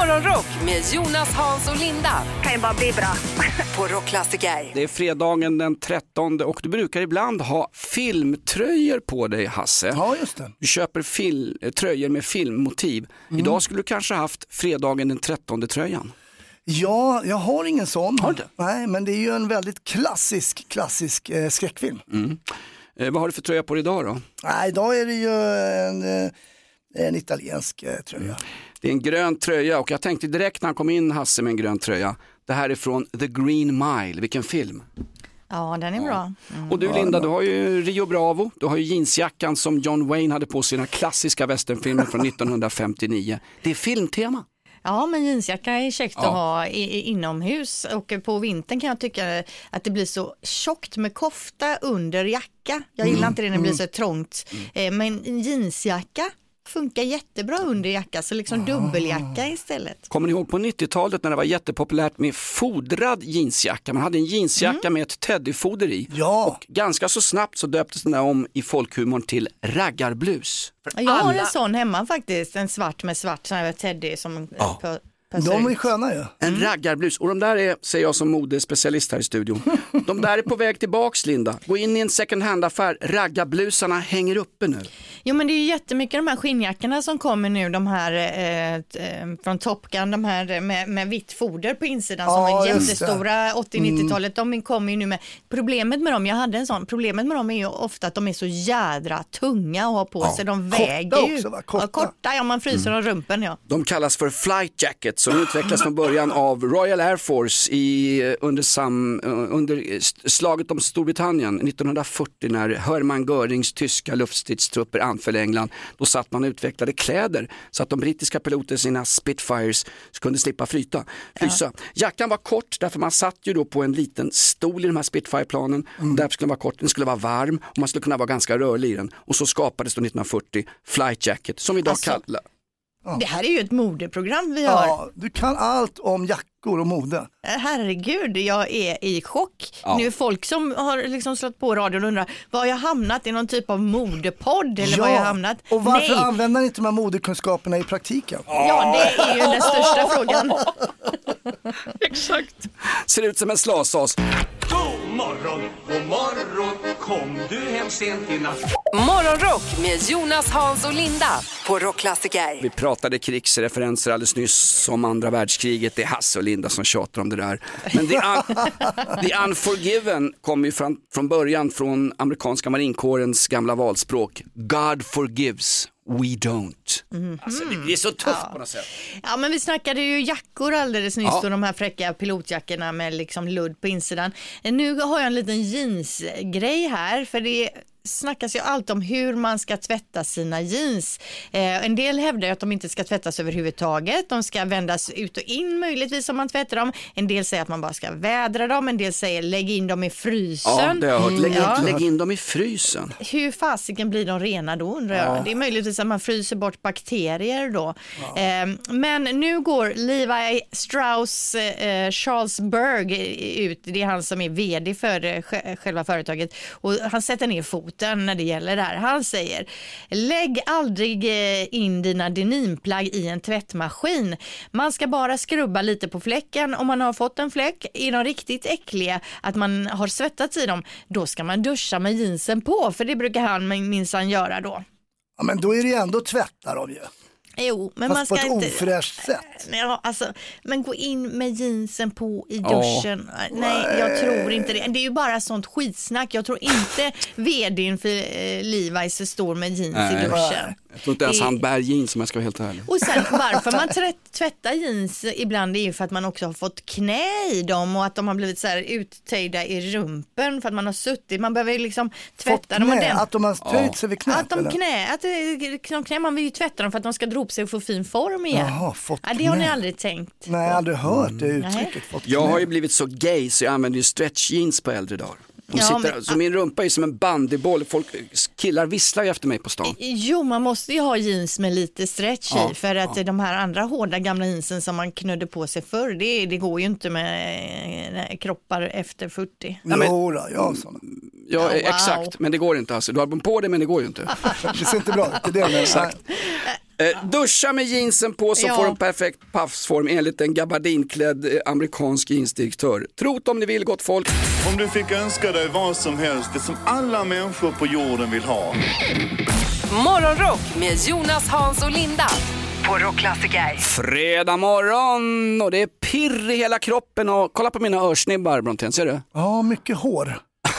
Morgonrock med Jonas, Hans och Linda. Kan ju bara bli bra. På Rockklassiker. Det är fredagen den 13 och du brukar ibland ha filmtröjor på dig, Hasse. Ja, just det. Du köper tröjor med filmmotiv. Idag skulle du kanske haft fredagen den 13-tröjan. Ja, jag har ingen sån. Har du? Nej, men det är ju en väldigt klassisk skräckfilm. Vad har du för tröja på dig idag då? Nej, idag är det ju en italiensk tröja. Det är en grön tröja och jag tänkte direkt när han kom in, Hasse, med en grön tröja. Det här är från The Green Mile. Vilken film? Ja, den är bra. Och du, Linda, du har ju Rio Bravo. Du har ju jeansjackan som John Wayne hade på sina klassiska westernfilmer från 1959. Det är filmtema. Ja, men jeansjacka är käckt att ha inomhus, och på vintern kan jag tycka att det blir så tjockt med kofta under jacka. Jag gillar inte det när det blir så trångt. Men jeansjacka funkar jättebra under jacka, så liksom dubbeljacka istället. Kommer ni ihåg på 90-talet när det var jättepopulärt med fodrad jeansjacka? Man hade en jeansjacka med ett teddyfoder i. Ja. Och ganska så snabbt så döptes den där om i folkhumorn till raggarblus. Jag har en sån hemma faktiskt, en svart med svart sån här teddy som De är sköna ju. En raggarblus. Och de där är, säger jag som modespecialist här i studion, de där är på väg tillbaks, Linda. Gå in i en second hand-affär. Raggarblusarna hänger uppe nu. Jo, men det är ju jättemycket de här skinnjackorna som kommer nu, de här från Top Gun, de här med vitt foder på insidan som var jättestora 80-90-talet. De kommer ju nu med, problemet med dem, jag hade en sån, problemet med dem är ju ofta att de är så jädra tunga att ha på sig. De väger ju. Också, va? Korta, man fryser av rumpen, De kallas för flight jackets som utvecklas från början av Royal Air Force under slaget om Storbritannien 1940 när Hermann Görings tyska luftstridstrupper anföll England. Då satt man och utvecklade kläder så att de brittiska piloter sina Spitfires kunde slippa frysa. Jackan var kort därför man satt ju då på en liten stol i de här Spitfire-planen. Därför skulle den vara kort, den skulle vara varm och man skulle kunna vara ganska rörlig i den. Och så skapades då 1940 flight jacket som vi idag kallar. Det här är ju ett modeprogram vi har. Ja, du kan allt om jackor och mode. Herregud, jag är i chock. Nu är folk som har liksom slått på radion och undrar, var har jag hamnat i någon typ av modepodd eller var har jag hamnat? Och varför använder ni inte de här modekunskaperna i praktiken? Ja, det är ju den största frågan. Exakt. Ser ut som en slasas. God morgon, kom du hem sent i natt? Morgonrock med Jonas, Hans och Linda. På Rockklassiker. Vi pratade krigsreferenser alldeles nyss som andra världskriget. Det är Hasse och Linda som tjatar om det där. Men The Unforgiven kommer ju från början från amerikanska marinkårens gamla valspråk. God forgives, we don't. Alltså, det är så tufft på något sätt. Ja, men vi snackade ju jackor alldeles nyss och de här fräcka pilotjackorna med liksom ludd på insidan. Nu har jag en liten jeansgrej här, för det snackas ju allt om hur man ska tvätta sina jeans. En del hävdar att de inte ska tvättas överhuvudtaget. De ska vändas ut och in möjligtvis om man tvättar dem. En del säger att man bara ska vädra dem. En del säger lägg in dem i frysen. Ja, det har jag hört. Lägg in dem i frysen. Hur fasiken blir de rena då, undrar jag. Det är möjligtvis att man fryser bort bakterier då. Men nu går Levi Strauss Charles Berg ut. Det är han som är vd för själva företaget. Och han sätter ner foten när det gäller det här. Han säger, lägg aldrig in dina denimplagg i en tvättmaskin. Man ska bara skrubba lite på fläcken. Om man har fått en fläck, är de riktigt äckliga, att man har svettats i dem, då ska man duscha med jeansen på, för det brukar han minsann göra då. Ja, men då är det ju ändå tvättar av ju. Jo, men fast man ska på ett inte ofräscht sätt. Ja, alltså, men gå in med jeansen på i duschen. Nej, jag tror inte det. Det är ju bara sånt skitsnack. Jag tror inte vdn för Levi's står med jeans i duschen. Jag tror inte ens han bär jeans, om jag ska vara helt ärlig. Och sen varför man tvättar jeans ibland är ju för att man också har fått knä i dem och att de har blivit så här uttöjda i rumpen för att man har suttit. Man behöver ju liksom tvätta dem. Att de har töjt sig vid knät? Att de man vill ju tvätta dem för att de ska dra upp sig och få fin form igen. Jaha, fått det har ni aldrig tänkt. Nej, jag har aldrig hört det uttrycket. Jag har ju blivit så gay så jag använder ju stretch jeans på äldre dagar. Så min rumpa är som en bandyboll. Killar visslar ju efter mig på stan. Jo, man måste ju ha jeans med lite stretch i. För att de här andra hårda gamla jeansen som man knödde på sig förr, det går ju inte med kroppar efter 40. Ja, exakt. Men det går inte alltså. Du har på det, men det går ju inte. Det ser inte bra ut. Exakt. Duscha med jeansen på så får en perfekt passform enligt en gabardinklädd amerikansk jeansdirektör. Trot om ni vill, gott folk. Om du fick önska dig vad som helst, det som alla människor på jorden vill ha. Morgonrock med Jonas, Hans och Linda på Rockklassiker. Fredag morgon och det är pirr i hela kroppen och kolla på mina örsnibbar, Brontén, ser du? Ja, mycket hår.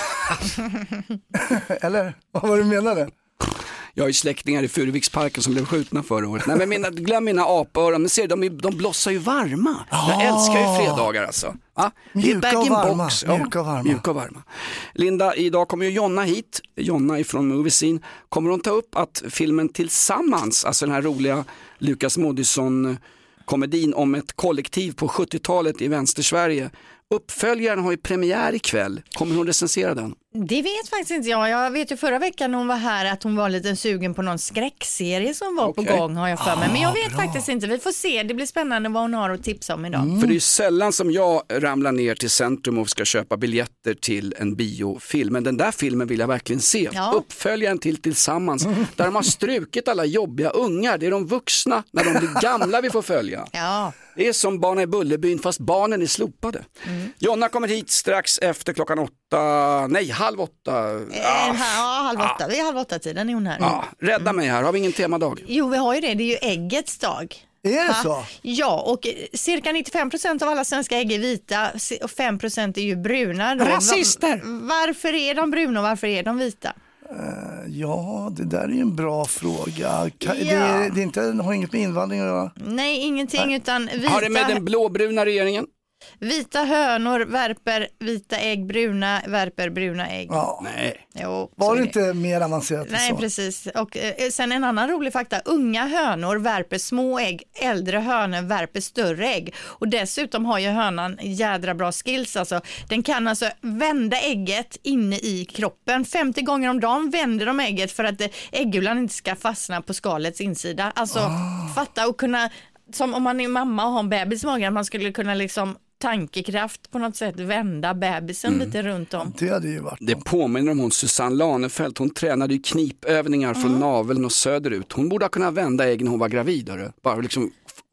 Eller, vad var du menade? Jag har ju släktingar i Furuviksparken som blev skjutna förra året. Nej, men glöm mina apöron, men ser de blossar ju varma. Jag älskar ju fredagar alltså. Ja, det är bag-in-box. Mjuka och varma. Linda, idag kommer ju Jonna hit. Jonna ifrån Movie Scene. Kommer hon ta upp att filmen Tillsammans, alltså den här roliga Lukas Moodysson-komedin om ett kollektiv på 70-talet i Vänstersverige. Uppföljaren har ju premiär ikväll. Kommer hon recensera den? Det vet faktiskt inte jag. Jag vet ju förra veckan när hon var här att hon var lite sugen på någon skräckserie som var på gång, har jag för mig. Men jag vet faktiskt inte. Vi får se. Det blir spännande vad hon har att tipsa om idag. För det är ju sällan som jag ramlar ner till Centrum och ska köpa biljetter till en biofilm. Men den där filmen vill jag verkligen se. Ja. Uppföljaren till Tillsammans. Där de har strukit alla jobbiga ungar. Det är de vuxna när de blir gamla vi får följa. Ja. Det är som Barnen i Bullerbyn fast barnen är slopade. Jonna kommer hit strax efter klockan 8. Nej, halv 8. Halv 8. Vi är halv 8-tiden är hon här. Ja, rädda mig här. Har vi ingen temadag? Jo, vi har ju det. Det är ju äggets dag. Är det så? Ja, och cirka 95% av alla svenska ägg är vita och 5% är ju bruna. Då. Rasister! Varför är de bruna och varför är de vita? Ja, det där är ju en bra fråga. Det har inget med invandring att göra. Nej, ingenting utan vita... Har det med den blåbruna regeringen? Vita hönor värper vita ägg, bruna värper bruna ägg. Ja. Nej. Jo, var det inte mer avancerat? Nej, så? Precis. Och sen en annan rolig fakta. Unga hönor värper små ägg, äldre hönor värper större ägg. Och dessutom har ju hönan jädra bra skills. Alltså. Den kan alltså vända ägget inne i kroppen. 50 gånger om dagen vänder de ägget för att äggulan inte ska fastna på skalets insida. Alltså fatta och kunna, som om man är mamma och har en bebis i magen, att man skulle kunna liksom tankekraft på något sätt vända bebisen lite runt om. Det hade ju varit. Det påminner om hon Susanne Lanefelt. Hon tränade ju knipövningar från naveln och söderut. Hon borde ha kunnat vända ägg när hon var gravid. Bara liksom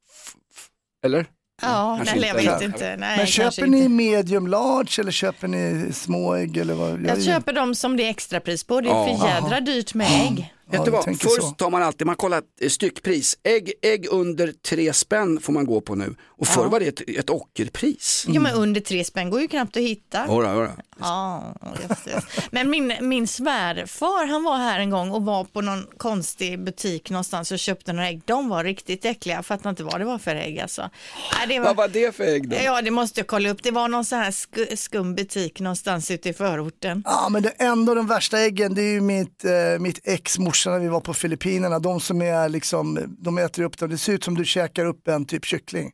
eller? Ja, nej, jag vet inte. Nej, men köper ni medium large eller köper ni små ägg? Eller vad? Jag köper dem som det är extrapris på. Det är för jädra dyrt med ägg. Vet du vad? Först tar man alltid, man kollar styckpris. Ägg under 3 spänn får man gå på nu. Och förr var det ett ockerpris. Ja, men under 3 spänn går ju knappt att hitta. Ora. Ja, just. Men min svärfar, han var här en gång och var på någon konstig butik någonstans och köpte några ägg. De var riktigt äckliga. Jag fattar inte vad det var för ägg alltså. Vad var det för ägg då? Ja, det måste jag kolla upp. Det var någon sån här skum butik någonstans ute i förorten. Ja, men det är ändå de värsta äggen. Det är ju mitt ex-morsa när vi var på Filippinerna. De som är liksom, de äter upp dem. Det ser ut som du käkar upp en typ kyckling.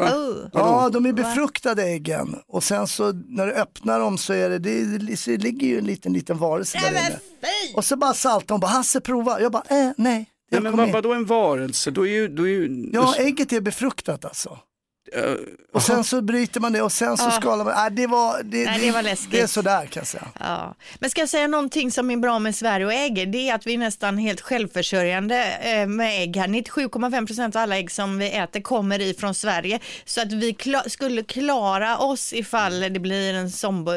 Ja, de är befruktade äggen. Och sen så när du öppnar dem så är det ligger ju en liten varelse där inne. Och så bara saltar de, bara Hasse prova. Jag bara, nej. Men vadå en varelse? Ja, ägget är befruktat alltså. Och sen så bryter man det och sen så skalar man. Det var läskigt. Det är sådär kan jag säga. Ja. Men ska jag säga någonting som är bra med Sverige och ägg, det är att vi är nästan helt självförsörjande med ägg här. 97,5% av alla ägg som vi äter kommer ifrån Sverige. Så att vi skulle klara oss ifall det blir en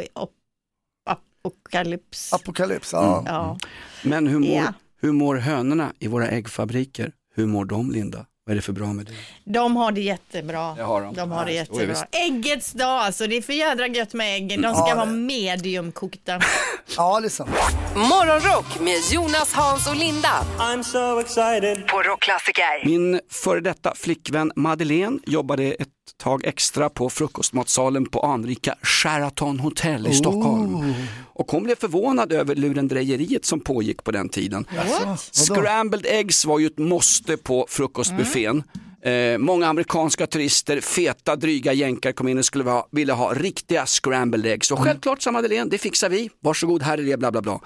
zombie-apokalyps. Ja. Men hur mår hönorna i våra äggfabriker? Hur mår de, Linda? Vad är det för bra med det? De har det jättebra. De har det jättebra. Äggets dag, alltså det är för jädra gött med ägg. De ska vara mediumkokta. Ja, det är sant. Morgonrock med Jonas, Hans och Linda. I'm so excited. På Rockklassiker. Min före detta flickvän Madeleine jobbade ett tag extra på frukostmatsalen på anrika Sheraton Hotel i Stockholm. Och hon blev förvånad över lurendrejeriet som pågick på den tiden. Scrambled eggs var ju ett måste på frukostbuffén. Många amerikanska turister, feta, dryga jänkar kom in och ville ha riktiga scrambled eggs. Och självklart sa Madeleine, det fixar vi. Varsågod, här är det, bla bla bla.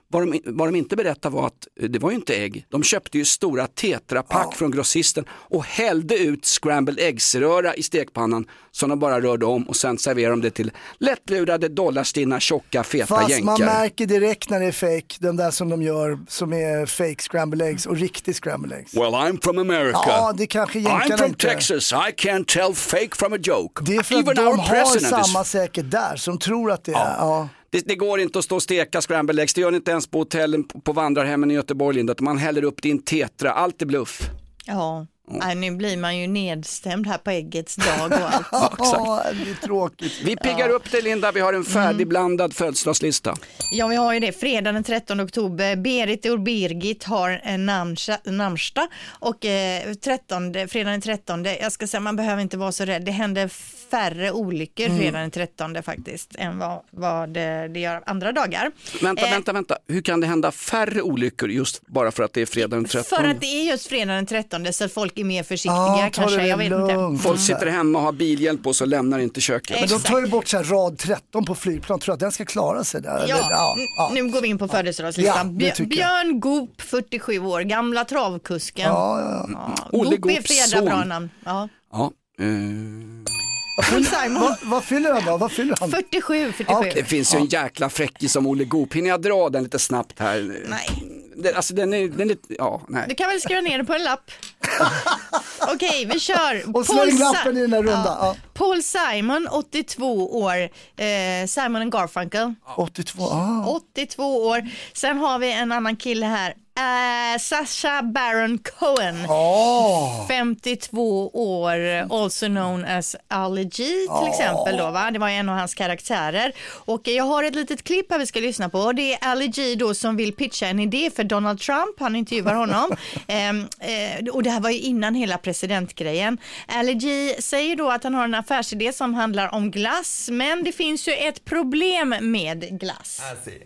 Vad de inte berättade var att det var ju inte ägg. De köpte ju stora tetrapack från grossisten och hällde ut scrambled eggs-röra i stekpannan som de bara rörde om och sen serverade de det till lättlurade dollarstinna, tjocka, feta jänkar. Fast man märker direkt när det är fake, de där som de gör som är fake scrambled eggs och riktig scrambled eggs. Well, I'm from America. Ja, det kanske jänkarna I'm from inte. Texas. I can't tell fake from a joke. Det är för att de har samma säkert där som tror att det är. Ja. Det går inte att stå och steka scrambled eggs. Det gör ni inte ens på hotellen på vandrarhemmen i Göteborg, Linda. Man häller upp din tetra. Allt är bluff. Ja. Nej, nu blir man ju nedstämd här på äggets dag och allt. Ja, det är tråkigt. Vi piggar upp det, Linda. Vi har en färdigblandad födelsedagslista. Ja, vi har ju det. Fredag den 13 oktober. Berit och Birgit har en namnsdag. Och fredag den 13, jag ska säga, man behöver inte vara så rädd. Det händer färre olyckor fredag den 13 faktiskt än vad det gör andra dagar. Vänta. Hur kan det hända färre olyckor just bara för att det är fredag den 13? För att det är just fredag den 13 så folk är mer försiktiga kanske. Jag vet inte. Folk sitter hemma och har bilhjälp på så lämnar inte köket. Men de tar ju bort så här rad 13 på flygplan. Tror att den ska klara sig där? Ja. Nu går vi in på födelsedagslistan. Björn Goop, 47 år, gamla travkusken. Olle Goop är fredag, bra namn. Vad fyller han då? 47. Det finns ju en jäkla fräckis som Olle Goop. Hinner jag dra den lite snabbt här? Nej. Den är lite, nej. Du kan väl skriva ner det på en lapp. Okej, vi kör. Och släng lappen i den här runda. Paul Simon, 82 år. Simon and Garfunkel. 82 år. Sen har vi en annan kille här. Sacha Baron Cohen, 52 år, also known as Ali G till exempel då, va? Det var en av hans karaktärer. Och jag har ett litet klipp här vi ska lyssna på. Det är Ali G då som vill pitcha en idé för Donald Trump. Han intervjuar honom. Och det här var ju innan hela presidentgrejen. Ali G säger då att han har en affärsidé som handlar om glass, men det finns ju ett problem med glass.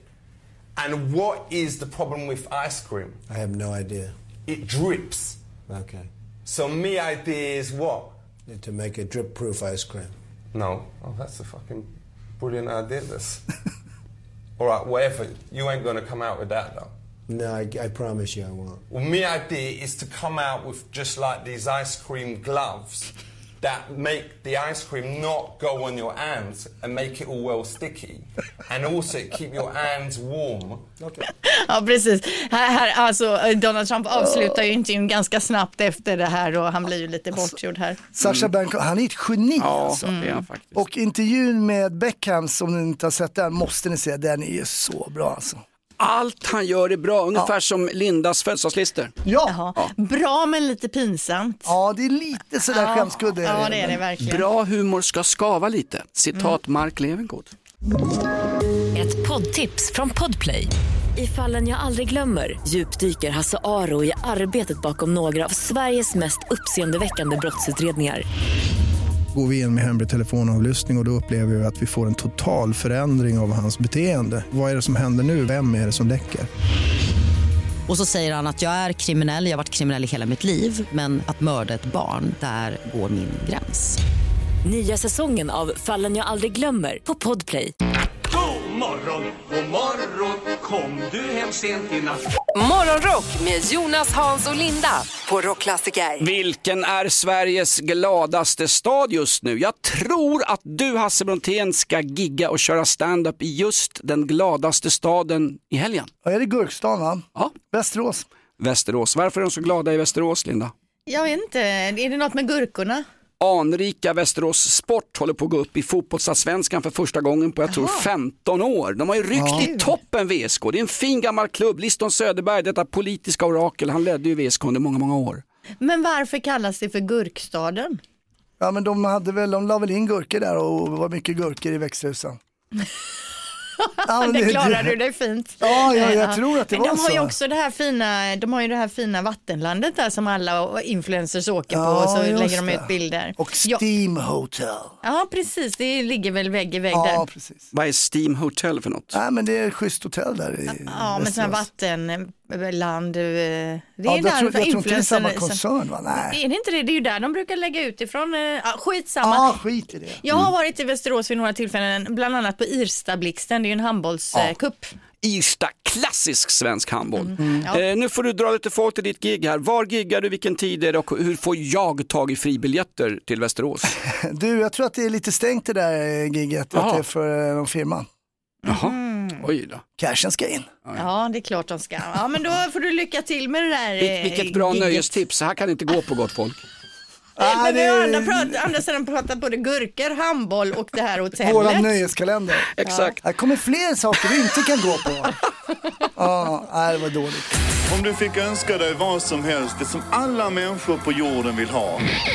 And what is the problem with ice cream? I have no idea. It drips. Okay. So my idea is what? To make a drip-proof ice cream. No. Oh, that's a fucking brilliant idea, this. All right, whatever. You ain't going to come out with that, though. No, I promise you I won't. Well, my idea is to come out with just like these ice cream gloves that make the ice cream not go on your hands and make it all well sticky. And also keep your hands warm. Okay. Ja, precis. Alltså, Donald Trump avslutar ju intervjun ganska snabbt efter det här och han blir ju lite bortgjord här. Sacha Baron Cohen, han är ett geni alltså. Det är han faktiskt. Och intervjun med Beckham, som ni inte har sett den, måste ni se, den är ju så bra alltså. Allt han gör är bra, ungefär som Lindas födelsedagslistor. Ja. Bra men lite pinsamt. Ja, det är lite sådär skämskudde. Ja, det är det verkligen. Bra humor ska skava lite. Citat Mark Levengood. Ett poddtips från Podplay. I Fallen jag aldrig glömmer djupdyker Hasse Aro i arbetet bakom några av Sveriges mest uppseendeväckande brottsutredningar. Går vi in med hemlig telefonavlyssning och då upplever vi att vi får en total förändring av hans beteende. Vad är det som händer nu? Vem är det som läcker? Och så säger han att jag är kriminell, jag har varit kriminell i hela mitt liv. Men att mörda ett barn, där går min gräns. Nya säsongen av Fallen jag aldrig glömmer på Podplay. God morgon, kom du hem sent i natt? Morgonrock med Jonas, Hans och Linda på Rockklassiker. Vilken är Sveriges gladaste stad just nu? Jag tror att du, Hasse Brontén, ska gigga och köra stand-up i just den gladaste staden i helgen. Ja, är det Gurkstan, va? Ja. Västerås. Varför är de så glada i Västerås, Linda? Jag vet inte, är det något med gurkorna? Anrika Västerås Sport håller på att gå upp i fotbollsallsvenskan för första gången på, jag tror, 15 år. De har ju ryckt i toppen VSK. Det är en fin gammal klubb. Liston Söderberg, detta politiska orakel, han ledde ju VSK under många, många år. Men varför kallas det för Gurkstaden? Ja, men de la väl in gurkor där och var mycket gurkor i växthusen. Ja, det klarar du dig fint. Ja, jag tror att det var så. De har ju också det här fina vattenlandet där som alla influencers åker på och så lägger de ut bilder. Och Steam Hotel. Ja, precis. Det ligger väl vägg i vägg där. Ja, precis. Vad är Steam Hotel för något? Nej, men det är ett schysst hotell där i men sådana vattenland. Det är jag tror inte det är samma koncern, va? Nej. Är det inte det? Det är ju där de brukar lägga ut ifrån. Skitsamma. Ja, skit i det. Jag har varit i Västerås vid några tillfällen, bland annat på Irsta-blixten. Det är ju en handbollskupp. Irsta, klassisk svensk handboll. Nu får du dra lite folk till ditt gig här. Var giggar du, vilken tid är det och hur får jag tag i fribiljetter till Västerås? Du, jag tror att det är lite stängt det där gigget, att det är för någon firma. Jaha, oj då. Cashen ska in. Ja, det är klart de ska. Ja, men då får du lycka till med det där Vilket bra gigget. nöjestips, så här kan det inte gå på gott folk. Men vi har andra sidan pratat både gurkor, handboll och det här hotellet. Våran nöjeskalender. Exakt. Här kommer fler saker du inte kan gå på. Det var dåligt. Om du fick önska dig vad som helst, det som alla människor på jorden vill ha.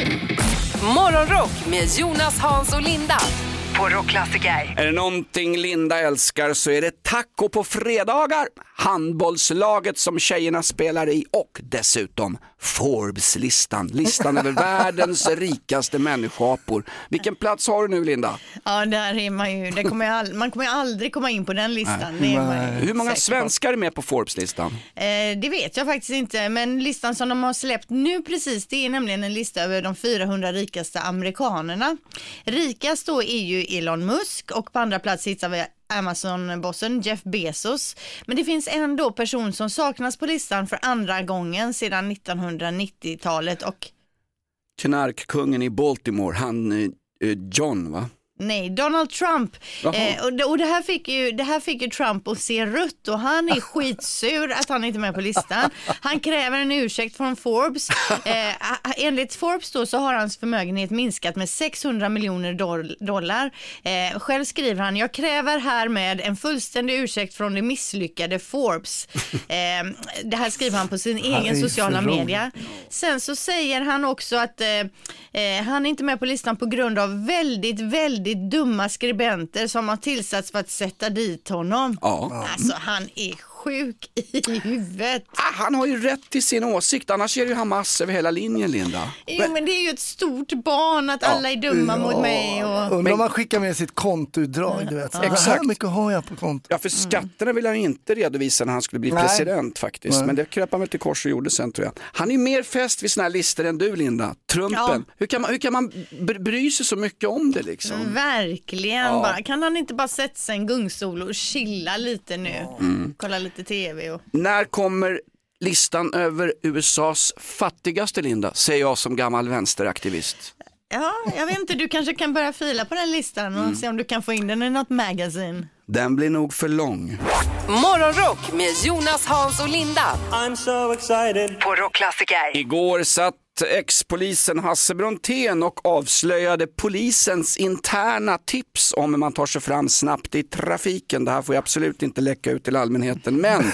Morgonrock med Jonas, Hans och Linda på Rockklassiker. Är det någonting Linda älskar så är det taco på fredagar. Handbollslaget som tjejerna spelar i och dessutom Forbes-listan. Listan över världens rikaste människoapor. Vilken plats har du nu, Linda? Ja, där är man ju. Man kommer aldrig komma in på den listan. Det är man Hur många svenskar är med på Forbes-listan? Det vet jag faktiskt inte. Men listan som de har släppt nu precis, det är nämligen en lista över de 400 rikaste amerikanerna. Rikast då är ju Elon Musk och på andra plats hittar vi Amazon-bossen Jeff Bezos. Men det finns ändå person som saknas på listan för andra gången sedan 1990-talet och Knarkkungen i Baltimore, han John, va? Nej, Donald Trump. Och det här fick ju Trump att se rött och han är skitsur att han inte är med på listan. Han kräver en ursäkt från Forbes. Enligt Forbes då så har hans förmögenhet minskat med $600 miljoner. Själv skriver han: jag kräver här med en fullständig ursäkt från det misslyckade Forbes. Det här skriver han på sin egen sociala media. Sen så säger han också att han är inte med på listan på grund av väldigt dumma skribenter som har tillsatts för att sätta dit honom. Alltså han är sjuk i huvudet. Han har ju rätt till sin åsikt, annars är det ju Hamas över hela linjen, Linda. Jo, men det är ju ett stort barn att alla är dumma mot mig. Undrar om man skickar med sitt kontoutdrag, du vet. Exakt. Hur mycket har jag på kontot? Ja, för skatterna vill han inte redovisa när han skulle bli president faktiskt. Men det kröp han väl till kors och gjorde sen, tror jag. Han är mer fäst vid såna här listor än du, Linda. Trumpen. Hur kan man bry sig så mycket om det liksom? Verkligen. Bara, kan han inte bara sätta sig en gungstol och chilla lite nu? Kolla lite TV och... När kommer listan över USAs fattigaste, Linda? Säger jag som gammal vänsteraktivist. Ja, jag vet inte, du kanske kan börja fila på den listan och se om du kan få in den i något magasin. Den blir nog för lång. Morgonrock med Jonas, Hans och Linda. I'm so excited. På Rockklassiker. Igår satt ex-polisen Hasse Brontén och avslöjade polisens interna tips om hur man tar sig fram snabbt i trafiken. Det här får jag absolut inte läcka ut till allmänheten. Men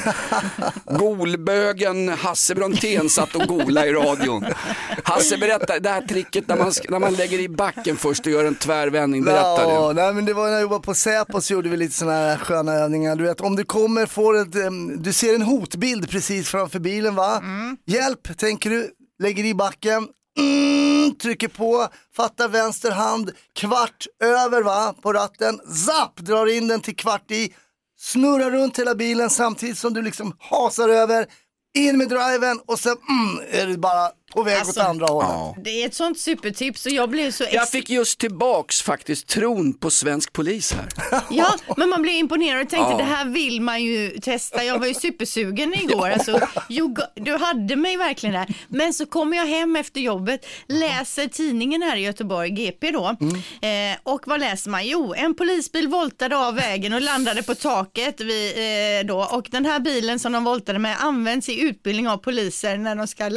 golbögen Hasse Brontén satt och gola i radion. Hasse, berätta det här tricket när man lägger i backen först och gör en tvärvändning. Berätta det. Nej, men det var när jag jobbade på Säpo så gjorde vi lite såna här sköna övningar. Du vet, om du kommer du ser en hotbild precis framför bilen, va? Hjälp, tänker du. Lägger i backen, trycker på, fattar vänster hand, kvart över, va, på ratten, zapp, drar in den till kvart i, snurrar runt hela bilen samtidigt som du liksom hasar över, in med driven och sen är du bara på väg åt andra hållet. Det är ett sånt supertips och jag blev så... Jag fick just tillbaks faktiskt tron på svensk polis här. Ja, men man blev imponerad och tänkte det här vill man ju testa. Jag var ju supersugen igår. Alltså, du hade mig verkligen där. Men så kommer jag hem efter jobbet, läser tidningen här i Göteborg, GP då. Och vad läser man? Jo, en polisbil voltade av vägen och landade på taket då. Och den här bilen som de voltade med används i utbildning av poliser när de ska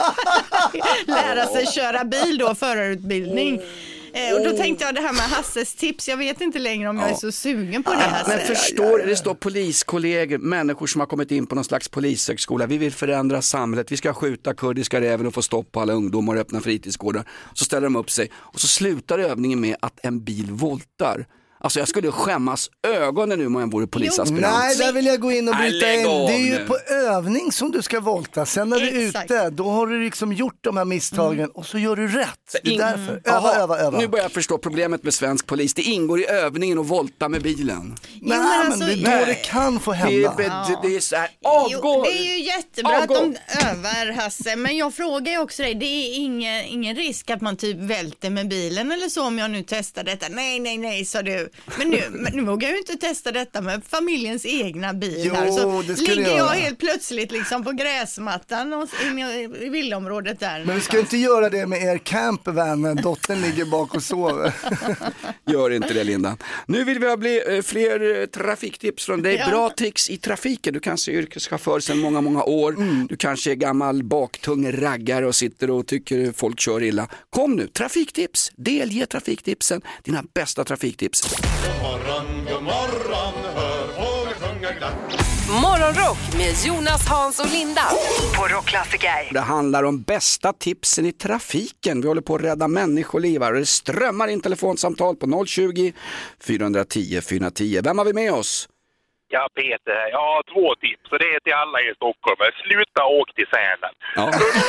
lära sig köra bil då, förarutbildning. Och då tänkte jag det här med Hasses tips, jag vet inte längre om jag är så sugen på det här. Men förstår, det står poliskollegor, människor som har kommit in på någon slags polishögskola. Vi vill förändra samhället, vi ska skjuta kurdiska räven och få stopp på alla ungdomar och öppna fritidsgårdar. Så ställer de upp sig och så slutar övningen med att en bil voltar. Alltså jag skulle skämmas ögonen nu om jag vore polisaspirant. Nej, där vill jag gå in och bryta in. Det är ju på övning som du ska volta. Sen när du är ute, då har du liksom gjort de här misstagen och så gör du rätt. Det är därför. Öva. Nu börjar jag förstå problemet med svensk polis. Det ingår i övningen att volta med bilen. Nej, men det är då det kan få hända. Det är så här, avgå! Det är ju jättebra att de övar, Hasse. Men jag frågar ju också dig, det är ingen risk att man typ välter med bilen eller så om jag nu testar detta. Nej, sa du. Men nu vågar jag ju inte testa detta med familjens egna bil Jo, här. Så det skulle ligger jag göra. helt plötsligt liksom på gräsmattan och i villaområdet där. Men vi ska inte göra det med er campervan när dottern ligger bak och sover. Gör inte det, Linda. Nu vill vi ha fler trafiktips från dig. Ja. Bra tips i trafiken. Du kanske är yrkeschaufför sedan många år. Du kanske är gammal baktung raggare och sitter och tycker folk kör illa. Kom nu, trafiktips. Delge trafiktipsen. Dina bästa trafiktips. God morgon, hör fåglar sjunga glatt. Morgonrock med Jonas, Hans och Linda på Rockklassiker. Det handlar om bästa tipsen i trafiken. Vi håller på att rädda människoliv och det strömmar in telefonsamtal på 020-410 410. Vem har vi med oss? Ja, Peter, jag har 2 tips och det är till alla i Stockholm. Sluta åk till Sälen. Ja.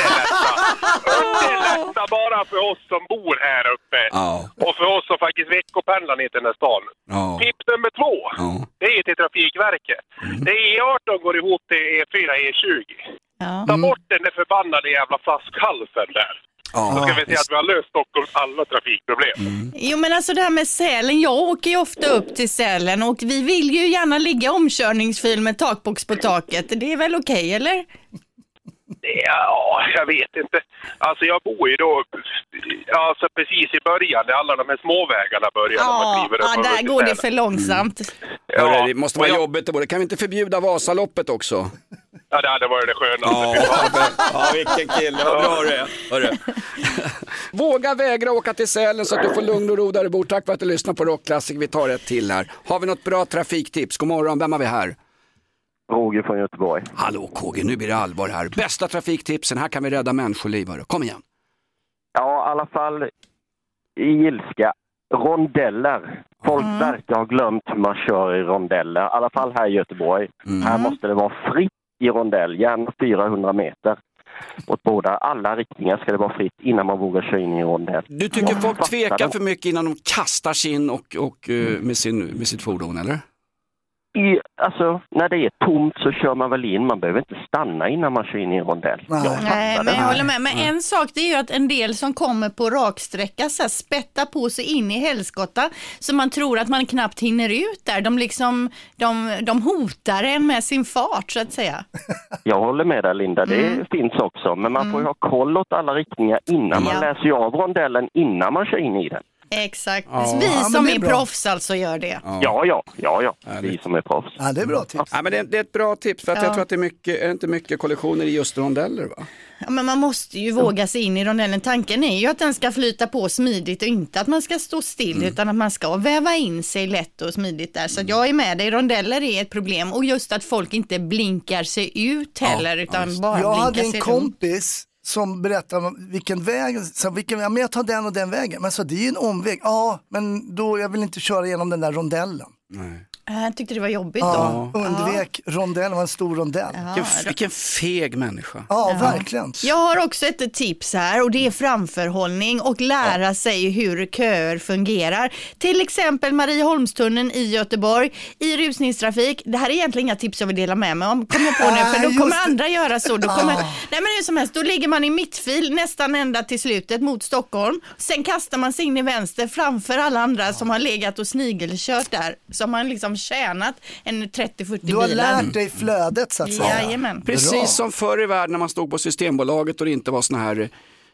Underlätta bara för oss som bor här uppe. Ja. Och för oss som faktiskt veckopendlar ner till den här stan. Ja. Tips nummer 2, det är till Trafikverket. Det är E18 går ihop till E4, E20. Ta bort den där förbannade jävla flaskhalsen där. Då ska vi se att vi har löst Stockholms alla trafikproblem. Jo, men alltså det här med Sälen, jag åker ju ofta upp till Sälen och vi vill ju gärna ligga omkörningsfil med takbox på taket. Det är väl okej, eller? Ja, jag vet inte. Alltså jag bor ju då alltså precis i början, där alla de här småvägarna börjar. Ja, där går det för långsamt. Ja, det måste vara jobbigt. Kan vi inte förbjuda Vasaloppet också? Ja, det hade varit det skönaste. Ja, vilken kille, vad bra det är. Hörru. Våga vägra åka till Sälen så att du får lugn och ro där du bor. Tack för att du lyssnar på Rockklassiker. Vi tar ett till här. Har vi något bra trafiktips? God morgon, vem har vi här? Roger från Göteborg. Hallå KG, nu blir det allvar här. Bästa trafiktipsen, här kan vi rädda människoliv. Kom igen. Ja, i alla fall i ilska. Rondeller. Folk verkar ha glömt hur man kör i rondeller. I alla fall här i Göteborg. Här måste det vara fritt i rondell, gärna 400 meter. Åt båda, alla riktningar ska det vara fritt innan man vågar köra in i rondell. Du tycker folk tvekar för mycket innan de kastar sig in och med sitt fordon, eller? Alltså, när det är tomt så kör man väl in. Man behöver inte stanna innan man kör in i en rondell. Nej, men jag håller med. Men en sak det är ju att en del som kommer på raksträcka så här, spettar på sig in i helskotta så man tror att man knappt hinner ut där. De hotar en med sin fart så att säga. Jag håller med där, Linda. Det finns också. Men man får ju ha koll åt alla riktningar innan man läser av rondellen innan man kör in i den. Exakt. Vi som är proffs alltså gör det. Ja. Vi som är proffs. Ja, det är bra tips. Ja, men det är ett bra tips för att jag tror att det är inte mycket kollisioner i just rondeller, va? Ja, men man måste ju våga sig in i rondellen. Tanken är ju att den ska flyta på smidigt och inte att man ska stå still utan att man ska väva in sig lätt och smidigt där. Så att jag är med dig. Rondeller är ett problem och just att folk inte blinkar sig ut heller utan bara jag blinkar hade sig en kompis som berättade om vilken väg, så men jag tar den och den vägen. Men så det är ju en omväg. Ja, men då jag vill inte köra igenom den där rondellen. Nej. Jag tyckte det var jobbigt då. Undvek rondellen, var en stor rondell. Vilken feg människa. Ja, verkligen. Jag har också ett tips här och det är framförhållning och lära sig hur köer fungerar. Till exempel Marieholmstunneln i Göteborg i rusningstrafik. Det här är egentligen inga tips jag vill dela med mig om. Kommer jag på nu, för då kommer andra göra så. Då kommer, nej men hur som helst, då ligger man i mittfil nästan ända till slutet mot Stockholm. Sen kastar man sig in i vänster framför alla andra som har legat och snigelkört där. Som man liksom tjänat en 30-40 bilar. Du har lärt dig flödet så att säga. Jajamän. Precis som förr i världen när man stod på Systembolaget och det inte var såna här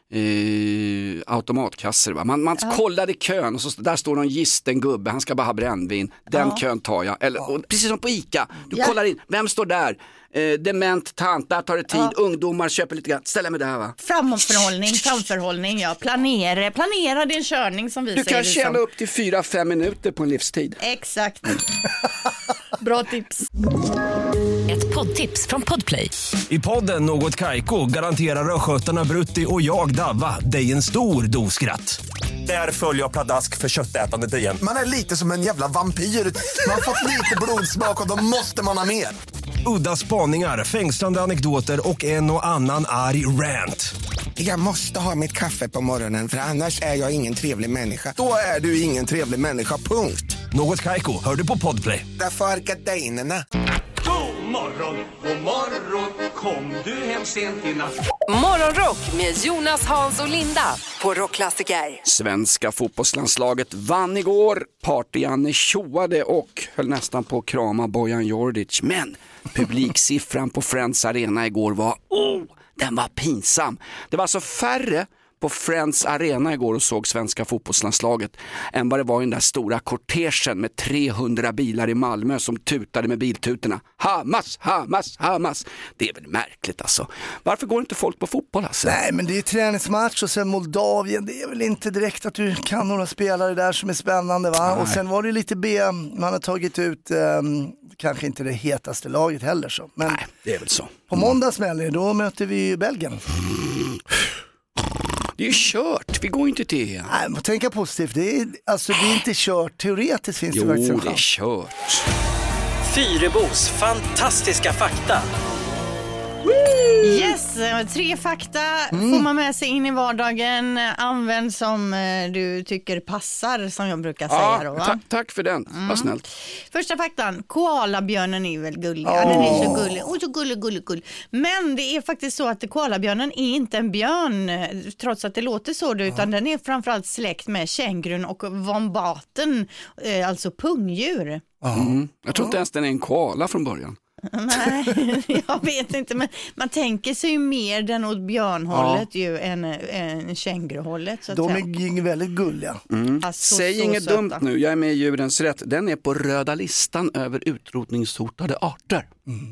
automatkassor. Va? Man kollade kön och så där står någon gisten gubbe, han ska bara ha brännvin. Den kön tar jag. Och precis som på Ica, du kollar in, vem står där? Dement tant, där tar det tid. Ungdomar köper lite grann, ställa mig där, va? Framförhållning, ja. Planera din körning som vi du säger. Du kan tjäna upp till 4-5 minuter på en livstid. Exakt. Bra tips. Ett poddtips från Podplay. I podden Något Kaiko garanterar röskötarna Brutti och jag Davva dig en stor doskratt. Där följer jag pladask för köttätandet igen. Man är lite som en jävla vampyr. Man har fått lite blodsmak och då måste man ha mer. Udda spaningar, fängslande anekdoter och en och annan arg rant. Jag måste ha mitt kaffe på morgonen för annars är jag ingen trevlig människa. Då är du ingen trevlig människa, punkt. Något Kaiko, hör du på Podplay. Därför är gardinerna. God morgon, kom du hem sent i natt? Morgonrock med Jonas, Hans och Linda på Rockklassiker. Svenska fotbollslandslaget vann igår. Party-Janne tjoade och höll nästan på att krama Bojan Djordjic. Men publiksiffran på Friends Arena igår var, den var pinsam. Det var alltså färre på Friends Arena igår och såg svenska fotbollslandslaget än vad det var i den där stora kortegen med 300 bilar i Malmö som tutade med biltutorna. Hamas, Hamas, Hamas. Det är väl märkligt alltså. Varför går inte folk på fotboll alltså? Nej, men det är träningsmatch och sen Moldavien. Det är väl inte direkt att du kan några spelare där som är spännande, va? Nej. Och sen var det lite man har tagit ut kanske inte det hetaste laget heller så. Men nej, det är väl så. På måndag smäller då möter vi Belgien. Det är ju kört, vi går inte till. Nej, men tänka positivt, det är inte kört. Teoretiskt finns det faktiskt en chans. Jo, det är kört. Fyrebos fantastiska fakta. Yes, 3 fakta får man med sig in i vardagen. Använd som du tycker passar, som jag brukar säga då, va? Tack för den, vad snällt. Första faktan, koalabjörnen är väl gullig. Ja, den är så gullig, så gullig. Men det är faktiskt så att koalabjörnen är inte en björn, trots att det låter så, utan den är framförallt släkt med kängurun och vombaten, alltså pungdjur. Jag tror inte ens den är en koala från början. Nej, jag vet inte, men man tänker sig ju mer den åt björnhållet ju än känguruhållet. Så att de är väldigt gulliga. Alltså, säg inget dumt nu, jag är med i Djurens rätt. Den är på röda listan över utrotningshotade arter.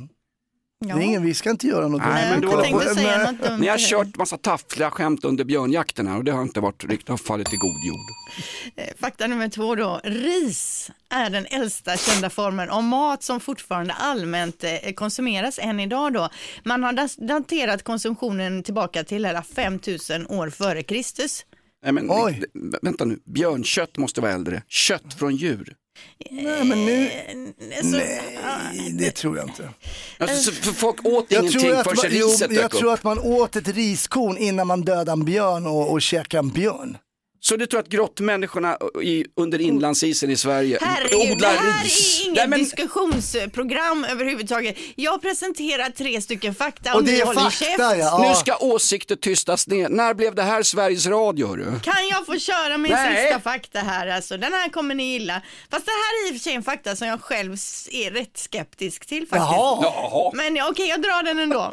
Ja. Det är ingen, vi ska inte göra något. Nej, men ni har kört massa taffliga skämt under björnjakterna och det har inte varit riktigt fallit i god jord. Fakta nummer 2 då. Ris är den äldsta kända formen av mat som fortfarande allmänt konsumeras än idag då. Man har daterat konsumtionen tillbaka till hela 5000 år före Kristus. Nej, men vänta nu, björnkött måste vara äldre. Kött från djur. Nej, men nu... Nej, det tror jag inte. Alltså, för folk åt ingenting för sig riset. Jag tror att man åt ett riskorn innan man dödade en björn och käkade en björn. Så du tror att grottmänniskorna under inlandsisen i Sverige odlar ris? Det här är inget diskussionsprogram överhuvudtaget. Jag presenterar 3 stycken fakta och det är fakta, ja. Nu ska åsikter tystas ner. När blev det här Sveriges Radio? Du? Kan jag få köra min sista fakta här? Alltså, den här kommer ni gilla. Fast det här är i och för sig en fakta som jag själv är rätt skeptisk till faktiskt. Jaha. Men okej, jag drar den ändå.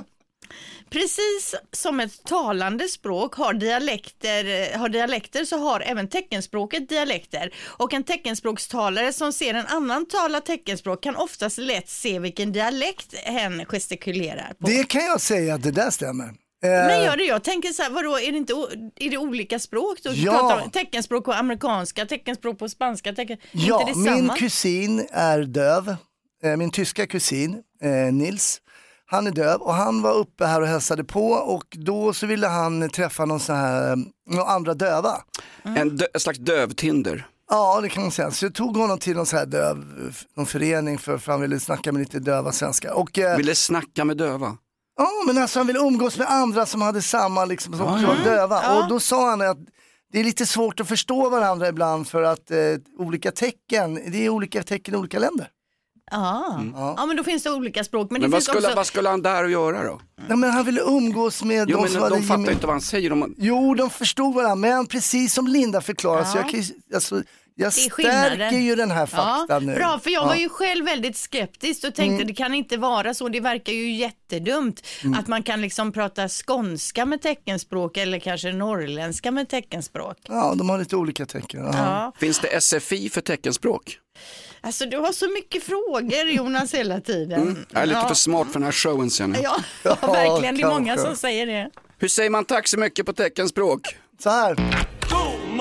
Precis som ett talande språk har dialekter så har även teckenspråket dialekter. Och en teckenspråkstalare som ser en annan tala teckenspråk kan oftast lätt se vilken dialekt hen gestikulerar på. Det kan jag säga att det där stämmer. Men gör det, jag tänker så här, vadå, är det olika språk då? Ja. Pratar om teckenspråk på amerikanska, teckenspråk på spanska, ja, inte det min samma? kusin är döv. Min tyska kusin, Nils. Han är döv och han var uppe här och hälsade på och då så ville han träffa några andra döva. En slags dövtinder. Ja, det kan man säga. Så jag tog honom till någon någon förening för han ville snacka med lite döva svenskar. Och, ville snacka med döva? Ja, men alltså han ville umgås med andra som hade samma liksom, som var döva. Ja. Och då sa han att det är lite svårt att förstå varandra ibland för att olika tecken, det är olika tecken i olika länder. Ja, men då finns det olika språk. Men vad skulle han där att göra då? Nej, men han ville umgås med de som de fattar inte vad han säger. Jo, de förstod varandra, men precis som Linda förklarar så jag stärker ju den här faktan nu. Bra, för jag var ju själv väldigt skeptisk och tänkte det kan inte vara så. Det verkar ju jättedumt att man kan liksom prata skånska med teckenspråk eller kanske norrländska med teckenspråk. Ja, de har lite olika tecken. Ja. Finns det SFI för teckenspråk? Alltså du har så mycket frågor, Jonas, hela tiden. Jag är lite för smart för den här showen sen. Ja, verkligen. Det är många som säger det. Hur säger man tack så mycket på teckenspråk? Så här. God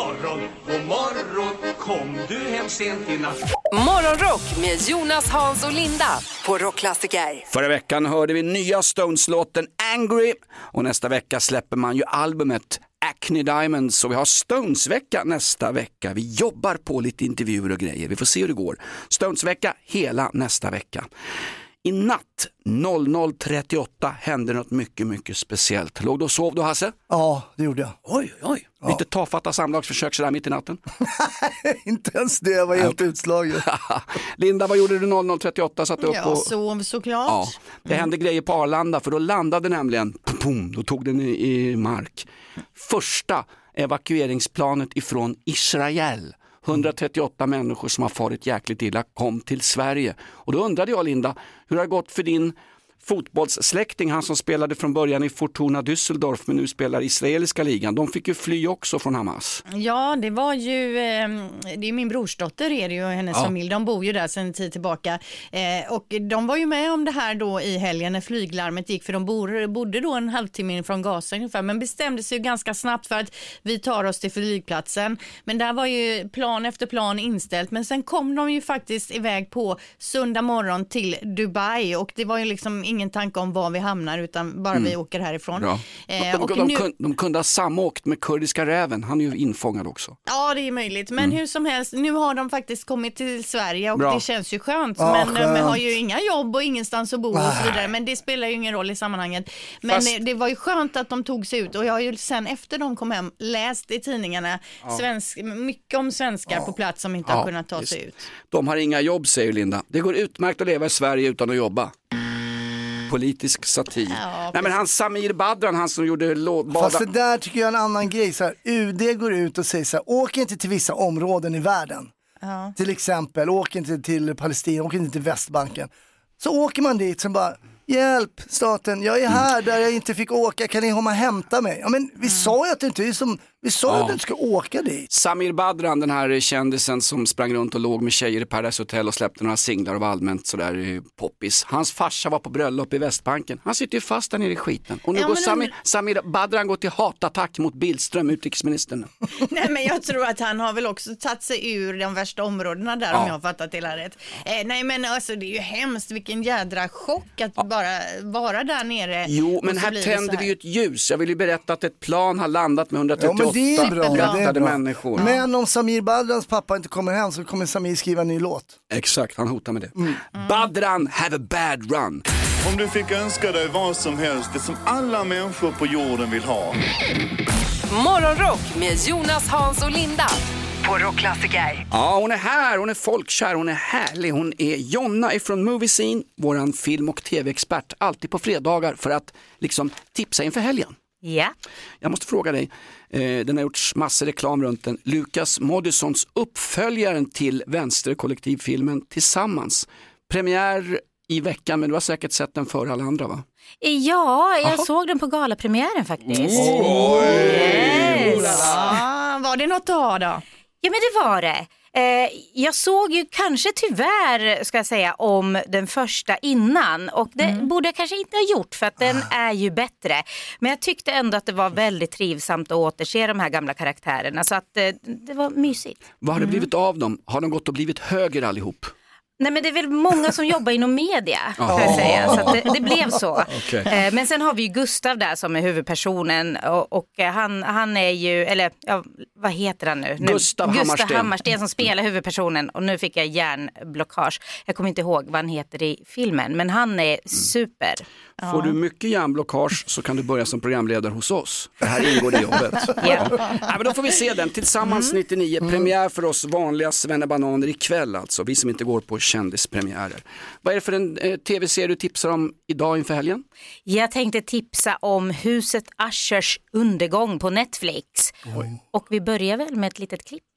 morgon, kom du hem sent i natt. Morgonrock med Jonas, Hans och Linda på Rockklassiker. Förra veckan hörde vi nya Stones-låten Angry och nästa vecka släpper man ju albumet Acne Diamonds och vi har Stones-vecka nästa vecka. Vi jobbar på lite intervjuer och grejer. Vi får se hur det går. Stones-vecka hela nästa vecka. I natt 00:38 hände något mycket, mycket speciellt. Låg du och sov då, Hasse? Ja, det gjorde jag. Oj. Ja. Lite tafatta samlagsförsök sådär mitt i natten? Inte ens det, jag var helt utslagen. Linda, vad gjorde du 00:38? Satt upp och... sov såklart. Ja, det hände grejer på Arlanda, för då landade nämligen, då tog den i mark. Första evakueringsplanet ifrån Israel. 138 människor som har farit jäkligt illa kom till Sverige. Och då undrade jag, Linda, hur har det gått för din fotbollssläkting, han som spelade från början i Fortuna Düsseldorf men nu spelar i israeliska ligan. De fick ju fly också från Hamas. Ja, det var ju, det är min brorsdotter är det ju och hennes familj. De bor ju där sedan en tid tillbaka. Och de var ju med om det här då i helgen när flyglarmet gick, för de bodde då en halvtimme från Gaza ungefär, men bestämde sig ju ganska snabbt för att vi tar oss till flygplatsen. Men där var ju plan efter plan inställt, men sen kom de ju faktiskt iväg på söndag morgon till Dubai och det var ju liksom ingen tanke om var vi hamnar utan bara vi åker härifrån. De kunde ha samåkt med kurdiska räven, han är ju infångad också. Ja, det är möjligt, men hur som helst, nu har de faktiskt kommit till Sverige och det känns ju skönt, men de har ju inga jobb och ingenstans att bo och så vidare, men det spelar ju ingen roll i sammanhanget. Men det var ju skönt att de tog sig ut och jag har ju sen efter de kom hem läst i tidningarna mycket om svenskar på plats som inte har kunnat ta sig ut. De har inga jobb, säger Linda. Det går utmärkt att leva i Sverige utan att jobba. Politisk satir. Nej, men han Samir Badran, han som gjorde Fast det där tycker jag är en annan grej. Så här, UD går ut och säger så här, åk inte till vissa områden i världen. Till exempel, åk inte till Palestina, åk inte till Västbanken. Så åker man dit som bara, hjälp staten, jag är här där jag inte fick åka, kan ni komma och hämta mig? Ja, men vi sa ju att det inte är som, vi sa att du inte ska åka dit. Samir Badran, den här kändisen som sprang runt och låg med tjejer i Paradise Hotel och släppte några singlar och var allmänt sådär poppis. Hans farsa var på bröllop i Västbanken. Han sitter ju fast där nere i skiten. Och nu går Samir Badran går till hatattack mot Billström, utrikesministern. Nej, men jag tror att han har väl också tagit sig ur de värsta områdena där, om jag har fattat det rätt. Nej, men alltså det är ju hemskt, vilken jädra chock att bara vara där nere. Jo, men här tänder vi ju ett ljus. Jag vill ju berätta att ett plan har landat med 138 det är bra. Människor. Men om Samir Badrans pappa inte kommer hem så kommer Samir skriva en ny låt. Exakt, han hotar med det. Badran, have a bad run. Om du fick önska dig vad som helst, det som alla människor på jorden vill ha. Morgonrock med Jonas, Hans och Linda på Rockklassiker. Ja, hon är här, hon är folkkär, hon är härlig. Hon är Jonna ifrån Movie Scene, våran film- och tv-expert. Alltid på fredagar för att liksom tipsa inför helgen. Ja. Jag måste fråga dig, den har gjorts massor reklam runt den. Lukas Moodyssons uppföljaren till vänsterkollektivfilmen Tillsammans. Premiär i veckan, men du har säkert sett den före alla andra, va? Ja, jag såg den på galapremiären faktiskt. Var det något att ha då? Ja, men det var det. Jag såg ju kanske tyvärr, ska jag säga, om den första innan. Och det borde jag kanske inte ha gjort för att den är ju bättre. Men jag tyckte ändå att det var väldigt trivsamt att återse de här gamla karaktärerna. Så att det var mysigt. Vad har det blivit av dem? Har de gått och blivit höger allihop? Nej, men det är väl många som jobbar inom media, kan jag säga. Så att det blev så. Okay. Men sen har vi ju Gustav där som är huvudpersonen. Och han är ju, eller ja, vad heter han nu? Gustav Hammarsten som spelar huvudpersonen. Och nu fick jag hjärnblockage. Jag kommer inte ihåg vad han heter i filmen. Men han är super. Får du mycket hjärnblockage så kan du börja som programledare hos oss. För här ingår det jobbet. Ja, men då får vi se den. Tillsammans 99. Premiär för oss vanliga svennebananer ikväll alltså. Vi som inte går på kändispremiärer. Vad är det för en tv-serie du tipsar om idag inför helgen? Jag tänkte tipsa om Huset Ushers undergång på Netflix. Oj. Och vi börjar väl med ett litet klipp.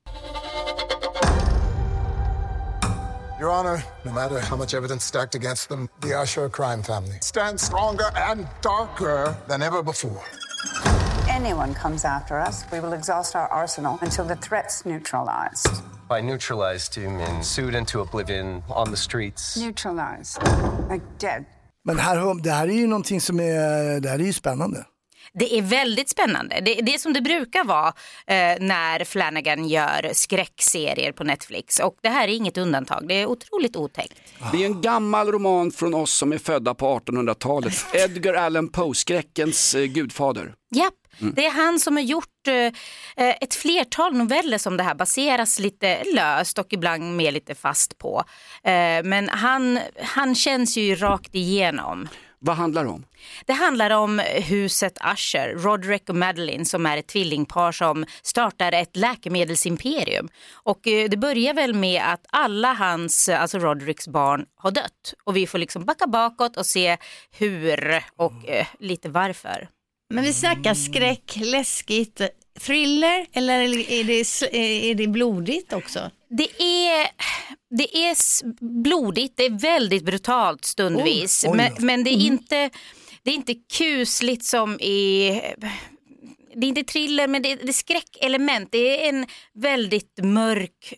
Your Honor, no matter how much evidence stacked against them, the Usher crime family stands stronger and darker than ever before. Anyone comes after us, we will exhaust our arsenal until the threat's neutralized. By neutralized, do you mean sued into oblivion on the streets? Neutralized. Like dead. Men det här är ju någonting som det här är ju spännande. Det är väldigt spännande. Det är som det brukar vara när Flanagan gör skräckserier på Netflix. Och det här är inget undantag. Det är otroligt otäckt. Det är en gammal roman från oss som är födda på 1800-talet. Edgar Allan Poe, skräckens gudfader. Japp. Det är han som har gjort ett flertal noveller som det här baseras lite löst och ibland mer lite fast på. Men han känns ju rakt igenom. Vad handlar det om? Det handlar om huset Usher, Roderick och Madeline, som är ett tvillingpar som startar ett läkemedelsimperium. Och det börjar väl med att alla hans, alltså Rodericks barn, har dött. Och vi får liksom backa bakåt och se hur och lite varför. Men vi snackar skräck, läskigt, thriller eller är det blodigt också? Det är blodigt, det är väldigt brutalt stundvis. Men det är inte kusligt som det är inte thriller, men det är skräckelement. Det är en väldigt mörk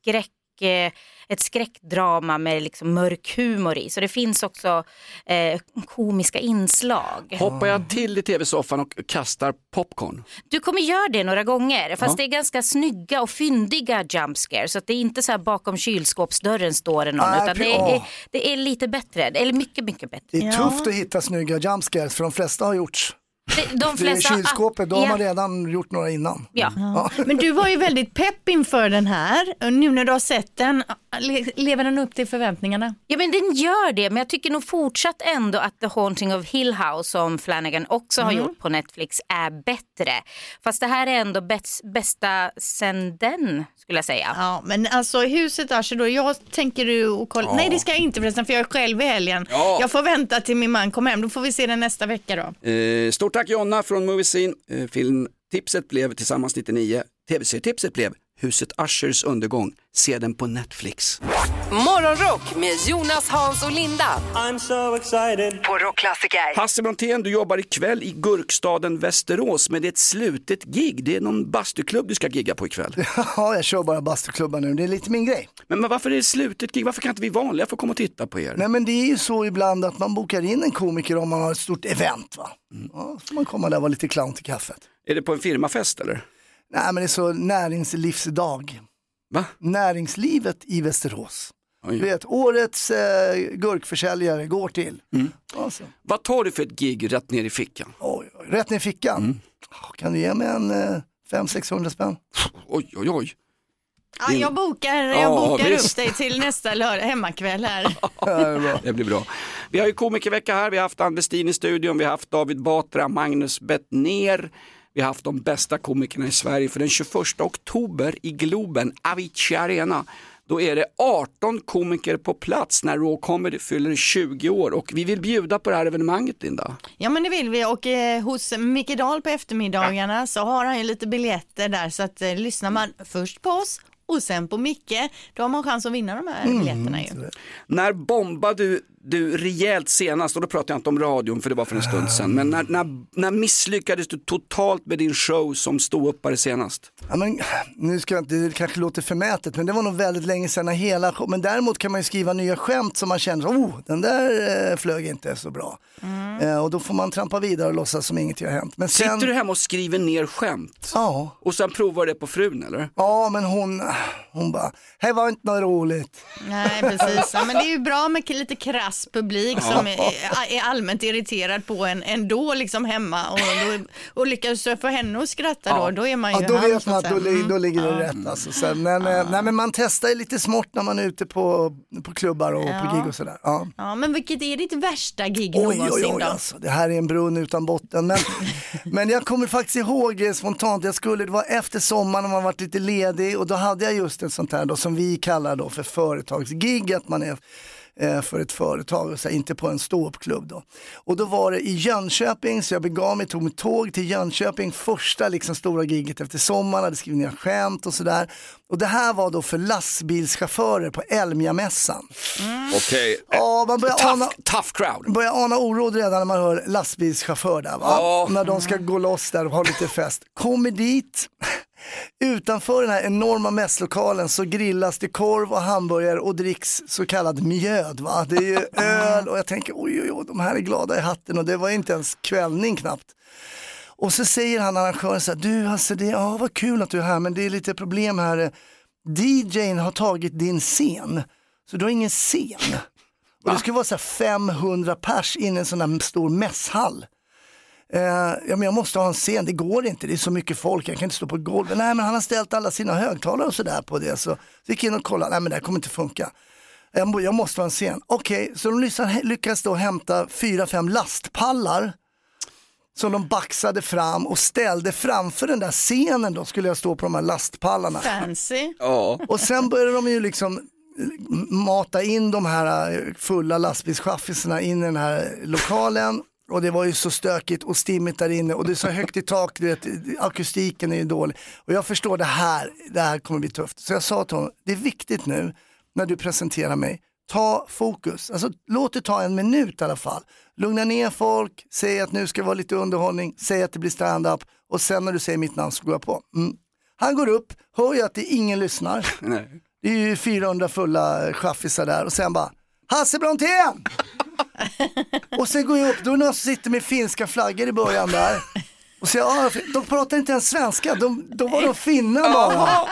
ett skräckdrama med liksom mörk humor i. Så det finns också komiska inslag. Hoppar jag till i tv-soffan och kastar popcorn? Du kommer göra det några gånger. Fast det är ganska snygga och fyndiga jumpscares. Så att det är inte så här bakom kylskåpsdörren står det någon. Utan det är lite bättre. Eller mycket, mycket bättre. Det är tufft att hitta snygga jumpscares. För de flesta har gjorts. De flesta, i kylskåpet, då har man redan gjort några innan. Ja. Men du var ju väldigt pepp inför den här. Och nu när du har sett den, lever den upp till förväntningarna? Ja, men den gör det. Men jag tycker nog fortsatt ändå att The Haunting of Hill House, som Flanagan också har gjort på Netflix, är bättre. Fast det här är ändå bästa sen den, skulle jag säga. Ja, men alltså huset Usher då, jag tänker du och kolla. Nej, det ska jag inte förresten, för jag är själv i helgen. Jag får vänta till min man kommer hem, då får vi se den nästa vecka då. Stort tack Jonna från Movie Scene. Filmtipset blev tillsammans 99. TV-serietipset blev Huset Ushers undergång. Se den på Netflix. Morgonrock med Jonas, Hans och Linda. I'm so excited. På Rockklassiker. Hasse Brontén, du jobbar ikväll i Gurkstaden Västerås, men det är ett slutet gig. Det är någon bastuklubb du ska gigga på ikväll. Ja, jag kör bara bastuklubbar nu. Det är lite min grej. Men varför är det slutet gig? Varför kan inte vi vanliga få komma och titta på er? Nej, men det är ju så ibland att man bokar in en komiker om man har ett stort event, va? Ja, så man kommer där och vara lite clown till kaffet. Är det på en firmafest eller? Nej, men det är så näringslivsdag. Va? Näringslivet i Västerås. Du vet, årets gurkförsäljare går till. Alltså. Vad tar du för ett gig rätt ner i fickan? Rätt ner i fickan? Kan du ge mig en 500-600 spänn? Oj. Ja, jag bokar upp dig till nästa lördag hemmakväll här. Det blir bra. Vi har ju komikervecka här. Vi har haft Ann Westin i studion. Vi har haft David Batra, Magnus Bettner. Vi har haft de bästa komikerna i Sverige. För den 21 oktober i Globen, Avicii Arena, då är det 18 komiker på plats när Raw Comedy fyller 20 år. Och vi vill bjuda på det här evenemanget, Linda. Ja, men det vill vi. Och hos Micke Dahl på eftermiddagarna så har han ju lite biljetter där. Så att lyssnar man först på oss och sen på Micke, då har man chans att vinna de här biljetterna ju. När bombade du rejält senast, och då pratar jag inte om radion för det var för en stund sedan, men när misslyckades du totalt med din show som ståuppare senast? Ja, men, nu ska jag inte, det kanske låter förmätet, men det var nog väldigt länge sedan när hela show, men däremot kan man ju skriva nya skämt som man känner, den där flög inte så bra. Och då får man trampa vidare och låtsas som inget har hänt. Men sen... Sitter du hemma och skriver ner skämt? Ja. Och sen provar det på frun, eller? Ja, men hon bara, det var inte något roligt. Nej, precis. Ja, men det är ju bra med lite krass publik som är allmänt irriterad på en ändå liksom hemma och lyckas få henne att skratta då är man ju då vet man att då ligger det rätt alltså. Sen, men man testar ju lite smått när man är ute på klubbar och på gig och sådär. Ja, men vilket är ditt värsta gig någonsin då? Alltså, det här är en brunn utan botten. Men jag kommer faktiskt ihåg spontant, det var efter sommaren när man varit lite ledig, och då hade jag just ett sånt här då, som vi kallar då för företagsgig, att man är för ett företag och så här, inte på en ståuppklubb då. Och då var det i Jönköping, så jag begav mig, tog mitt tåg till Jönköping, första liksom stora giget efter sommaren, hade skrivit ner skämt och sådär. Och det här var då för lastbilschaufförer på Elmia-mässan. Okej. Ja, man börjar tough crowd. Man börjar ana oro redan när man hör lastbilschaufför där, va? När de ska gå loss där och ha lite fest. Kommer dit. Utanför den här enorma mässlokalen så grillas det korv och hamburgare och dricks så kallad mjöd, va? Det är ju öl, och jag tänker oj, de här är glada i hatten, och det var inte ens kvällning knappt. Och så säger han, arrangören, så här, du Hasse, vad kul att du är här, men det är lite problem här. DJ:n har tagit din scen, så du har ingen scen. Och det skulle vara så här 500 pers in i en sån här stor mässhall. Ja, men jag måste ha en scen, det går inte, det är så mycket folk, jag kan inte stå på golvet. Nej, men han har ställt alla sina högtalare och sådär på det. Så gick in och kollade, nej men det här kommer inte funka. Jag måste ha en scen. Okej, så de lyckades då hämta 4-5 lastpallar som de baxade fram och ställde framför den där scenen. Då skulle jag stå på de här lastpallarna. Fancy. Ja. Och sen började de ju liksom mata in de här fulla lastbilschaffisarna in i den här lokalen. Och det var ju så stökigt och stimmigt där inne. Och det är så högt i tak, du vet, akustiken är ju dålig. Och jag förstår det här kommer bli tufft. Så jag sa till honom, det är viktigt nu när du presenterar mig. Ta fokus, alltså låt det ta 1 minut i alla fall. Lugna ner folk, säg att nu ska det vara lite underhållning, säg att det blir stand-up och sen när du säger mitt namn så går jag på. Han går upp, hör ju att det ingen lyssnar. Nej. Det är ju 400 fulla chaffisar där och sen bara, Hasse Brontén! Och sen går jag upp, då är någon som sitter med finska flaggor i början där. Och så de pratar inte ens svenska, de var de finna bara.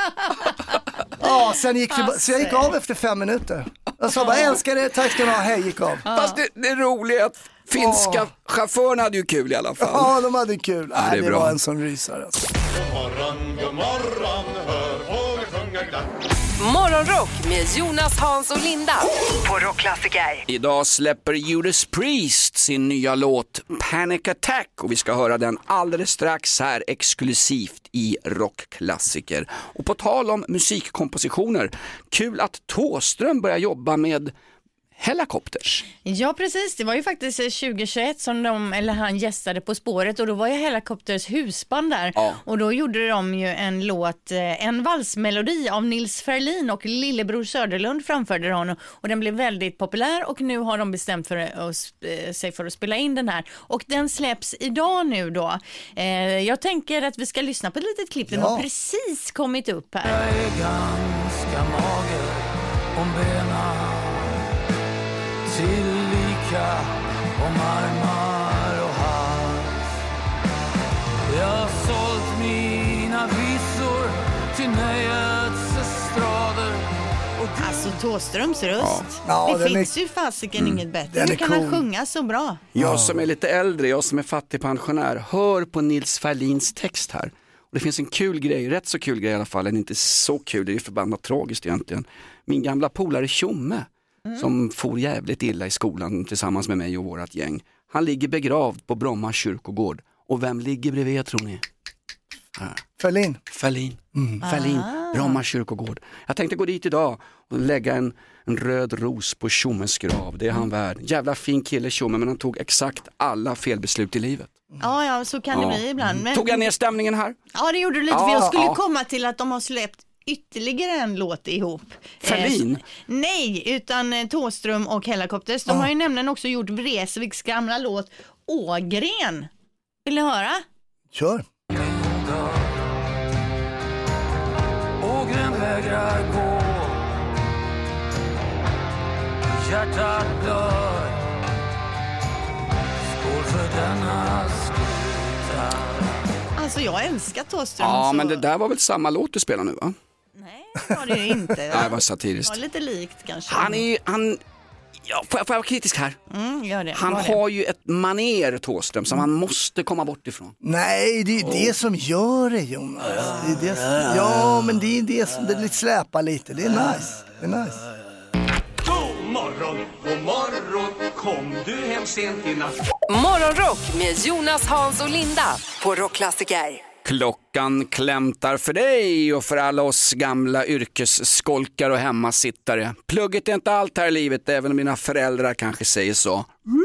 Ja, sen så jag gick av efter 5 minuter. Jag sa bara, älskar det, tack ska du ha, hej, gick av. Fast det roliga är att finska chaufförerna hade ju kul i alla fall. Ja, de hade kul. Ja, det var en sån rysare. Alltså. God morgon, hör fåglar sjunga glatt. Morgonrock med Jonas, Hans och Linda på Rockklassiker. Idag släpper Judas Priest sin nya låt Panic Attack och vi ska höra den alldeles strax här exklusivt i Rockklassiker. Och på tal om musikkompositioner, kul att Thåström börjar jobba med Hellacopters. Ja, precis. Det var ju faktiskt 2021 som han gästade På spåret och då var ju Hellacopters husband där. Ja. Och då gjorde de ju en låt, en valsmelodi av Nils Ferlin och Lillebror Söderlund framförde honom och den blev väldigt populär och nu har de bestämt sig för att spela in den här. Och den släpps idag nu då. Jag tänker att vi ska lyssna på ett litet klipp. Den har precis kommit upp här. Jag är ganska mager om benen tillika om armar och hals. Jag har sålt mina visor till nöjets estrader. Alltså Thåströms röst. Ja, det finns ju fasiken inget bättre. Nu kan han sjunga så bra. Jag som är lite äldre, jag som är fattigpensionär, hör på Nils Ferlins text här. Och det finns en kul grej, rätt så kul grej i alla fall, en inte så kul, det är förbannat tragiskt egentligen. Min gamla polare Tjomme som for jävligt illa i skolan tillsammans med mig och vårat gäng. Han ligger begravd på Bromma kyrkogård. Och vem ligger bredvid tror ni? Ferlin. Ferlin, Bromma kyrkogård. Jag tänkte gå dit idag och lägga en röd ros på Tjommes grav. Det är han värd. Jävla fin kille Tjomme, men han tog exakt alla felbeslut i livet. Ja, så kan det bli ibland. Men... Tog jag ner stämningen här? Ja, det gjorde du lite. För jag skulle komma till att de har släppt ytterligare en låt ihop. Ferlin? Nej, utan Thåström och Hellacopters. De har ju nämligen också gjort Vreeswijks gamla låt Ågren. Vill ni höra? Kör. Ågren vägrar gå, hjärtat dör. Skål för denna skuta. Alltså jag älskar Thåström. Ja, så... men det där var väl samma låt du spelar nu va? Nej, det var det ju inte. Nej, det var satiriskt. Det var lite likt kanske. Får jag vara kritisk här? Gör det. Han har ju ett maner Thåström som han måste komma bort ifrån. Nej, det är det som gör det, Jonas. Det är det ja, men det är det som det släpar lite. Det är nice. Det är nice. God morgon, kom du hem sent i natt. Morgonrock med Jonas, Hans och Linda på Rockklassiker. Klockan klämtar för dig och för alla oss gamla yrkesskolkar och hemmasittare. Plugget är inte allt här i livet, även om mina föräldrar kanske säger så.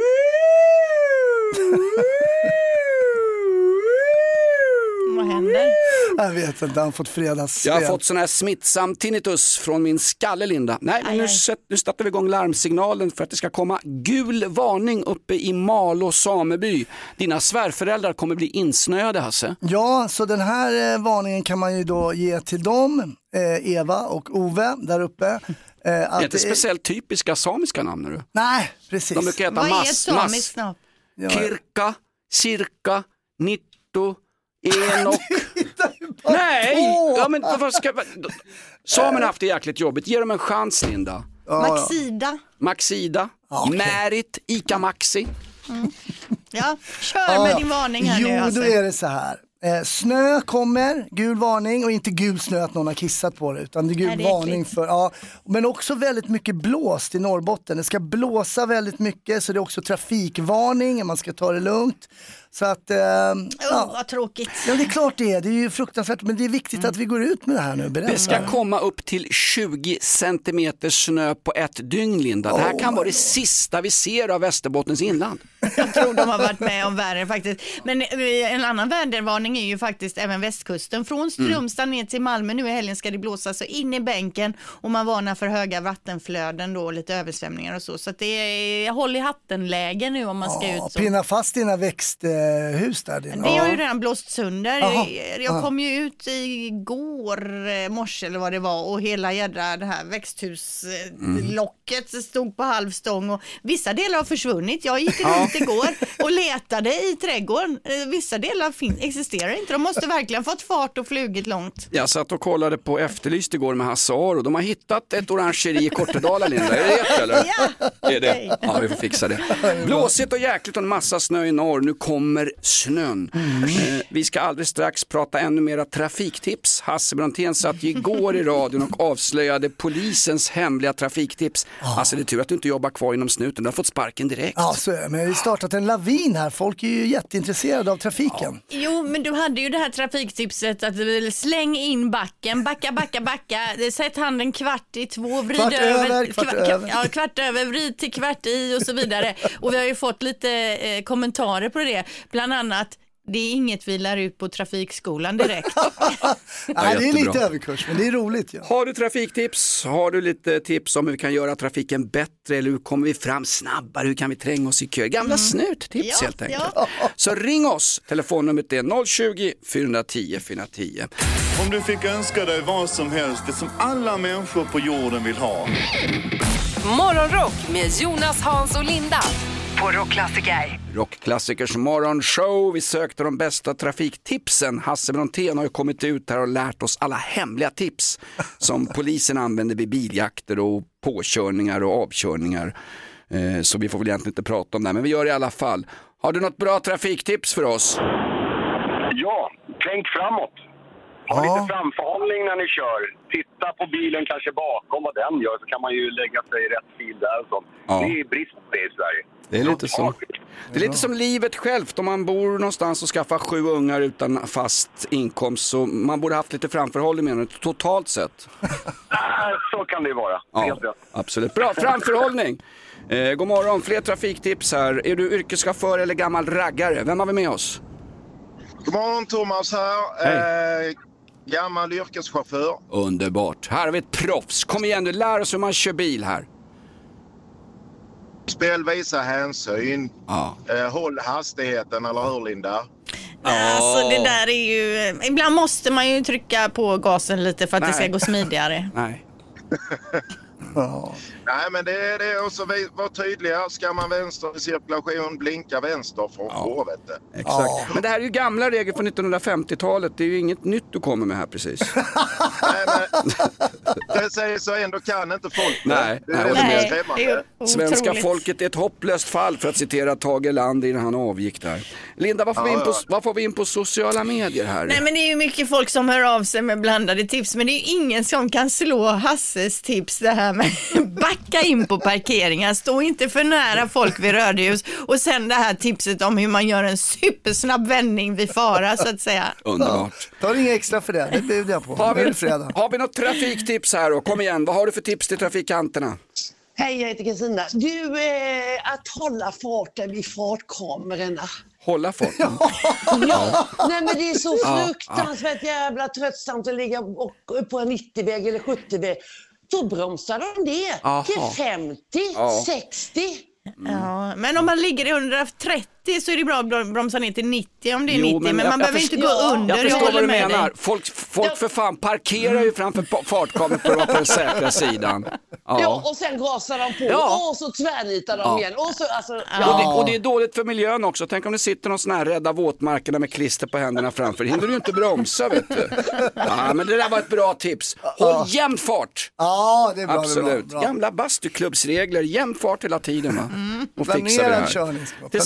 Vad händer? Jag vet inte, han har fått fredagsspel. Jag har fått sån här smittsam tinnitus från min skalle, Linda. Nej, men nu startar vi igång larmsignalen för att det ska komma gul varning uppe i Malå sameby. Dina svärföräldrar kommer bli insnöade, Hasse. Ja, så den här varningen kan man ju då ge till dem, Eva och Ove där uppe. Det är inte speciellt typiska samiska namn nu. Nej, precis. De brukar heta vad är ett samiskt namn? Kirka, Cirka, Nitto, Enok. Nej, ja, men vad ska samerna har haft det jäkligt jobbigt. Ge dem en chans, Linda. Maxida. Maxida, okay. Märit, Ica Maxi. Ja, kör med din varning här nu. Jo, då är det så här. Snö kommer, gul varning, och inte gul snö att någon har kissat på det, utan det är gul varning för, men också väldigt mycket blåst i Norrbotten. Det ska blåsa väldigt mycket, så det är också trafikvarning, man ska ta det lugnt. Så att, vad tråkigt. Ja, det är klart det är ju fruktansvärt, men det är viktigt att vi går ut med det här nu. Det ska komma upp till 20 centimeter snö på ett dygn, Linda. Det här kan vara det sista vi ser av Västerbottens inland. Jag tror de har varit med om värre faktiskt. Men en annan vädervarning är ju faktiskt även västkusten. Från Strömstad ner till Malmö nu i helgen ska det blåsa så in i bänken, och man varnar för höga vattenflöden då, lite översvämningar och så. Så att det är håll i hatten-läge nu om man ska ut så. Pinna fast dina växthus där. Det har ju redan blåst sönder. Jag kom ju ut igår morse eller vad det var, och hela jädra det här växthuslocket stod på halvstång, och vissa delar har försvunnit. Jag gick runt igår och letade i trädgården. Vissa delar existerar inte. De måste verkligen fått fart och flugit långt. Jag satt och kollade på Efterlyst igår med Hasse Aro. De har hittat ett orangeri i Kortedala, Linda. Är det rätt eller? Ja, är det? Ja, vi får fixa det. Blåsigt och jäkligt och en massa snö i norr. Nu kommer snön. Vi ska alldeles strax prata ännu mera trafiktips. Hasse Brontén satt igår i radion och avslöjade polisens hemliga trafiktips. Alltså det är tur att du inte jobbar kvar inom snuten. Du har fått sparken direkt. Ja, så är det. Men vi har startat en lavin här. Folk är ju jätteintresserade av trafiken. Jo, men du hade ju det här trafiktipset att släng in backen, backa. Sätt handen kvart i två, vrid kvart över. Kvart över, vrid till kvart i och så vidare. Och vi har ju fått lite kommentarer på det. Bland annat, det är inget vi lär ut på trafikskolan direkt. Det är lite överkurs, men det är roligt. Ja. Har du trafiktips? Har du lite tips om hur vi kan göra trafiken bättre? Eller hur kommer vi fram snabbare? Hur kan vi tränga oss i kö? Gamla snuttips helt enkelt. Ja. Så ring oss. Telefonnumret är 020-410-410. Om du fick önska dig vad som helst, det som alla människor på jorden vill ha. Morgonrock med Jonas, Hans och Linda på Rockklassiker. Rockklassikers morgonshow. Vi sökte de bästa trafiktipsen. Hasse Brontén har ju kommit ut här och lärt oss alla hemliga tips som polisen använder vid biljakter och påkörningar och avkörningar. Så vi får väl egentligen inte prata om det, men vi gör det i alla fall. Har du något bra trafiktips för oss? Ja, tänk framåt. Ha lite framförhållning när ni kör. Titta på bilen kanske bakom vad den gör, så kan man ju lägga sig i rätt fil där och så. Det är brist på det i Sverige. Det är lite som livet självt. Om man bor någonstans och skaffar 7 ungar utan fast inkomst, så man borde haft lite framförhållning med det totalt sett. Så kan det ju vara. Ja, absolut. Bra, framförhållning. God morgon, fler trafiktips här. Är du yrkeschaufför eller gammal raggare? Vem har vi med oss? God morgon, Thomas här. Gammal yrkeschaufför. Underbart. Här har vi ett proffs. Kom igen, du lär oss hur man kör bil här. Spel, visa hänsyn. Håll hastigheten, eller hur, Linda? Alltså det där är ju... Ibland måste man ju trycka på gasen lite för att det ska gå smidigare. Nej. Nej, men det är det. Och så var tydliga. Ska man vänster i cirkulation, blinka vänster från forvettet. Exakt. Men det här är ju gamla regler från 1950-talet. Det är ju inget nytt du kommer med här precis. Nej, men det säger så ändå kan inte folk. Nej. Svenska folket är ett hopplöst fall, för att citera Tage Erlander när han avgick där. Linda, vad får vi in på sociala medier här? Nej, men det är ju mycket folk som hör av sig med blandade tips, men det är ju ingen som kan slå Hasses tips, det här med backa in på parkeringar, stå inte för nära folk vid rödljus, och sen det här tipset om hur man gör en supersnabb vändning vid fara, så att säga. Underbart. Ta inga extra för det bjuder jag på. Har vi något trafiktips här då? Kom igen, vad har du för tips till trafikanterna? Hej, jag heter Kristina. Du, att hålla farten vid fartkamerorna. Hålla farten? Ja. Nej, men det är så fruktansvärt jävla tröttsamt att ligga på en 90-väg eller 70-väg. Då bromsar de det till 50, 60. Ja, men om man ligger i 130 så är det bra att bromsa ner till 90 om det är 90, men man behöver inte gå under. Jag förstår vad du menar. Folk för fan parkerar ju framför fartkameror på den säkra sidan. Ja, och sen gasar de på och så tvärnitar de igen. Och, så, alltså, och det är dåligt för miljön också. Tänk om det sitter någon sån här rädda våtmarkerna med klister på händerna framför. Hinner du ju inte bromsa, vet du. Ja, men det där var ett bra tips. Håll jämn fart. Ja, det är bra. Absolut. Det är bra. Gamla bastuklubbsregler, jämn fart hela tiden, va? Och fixa det här. Tillsammans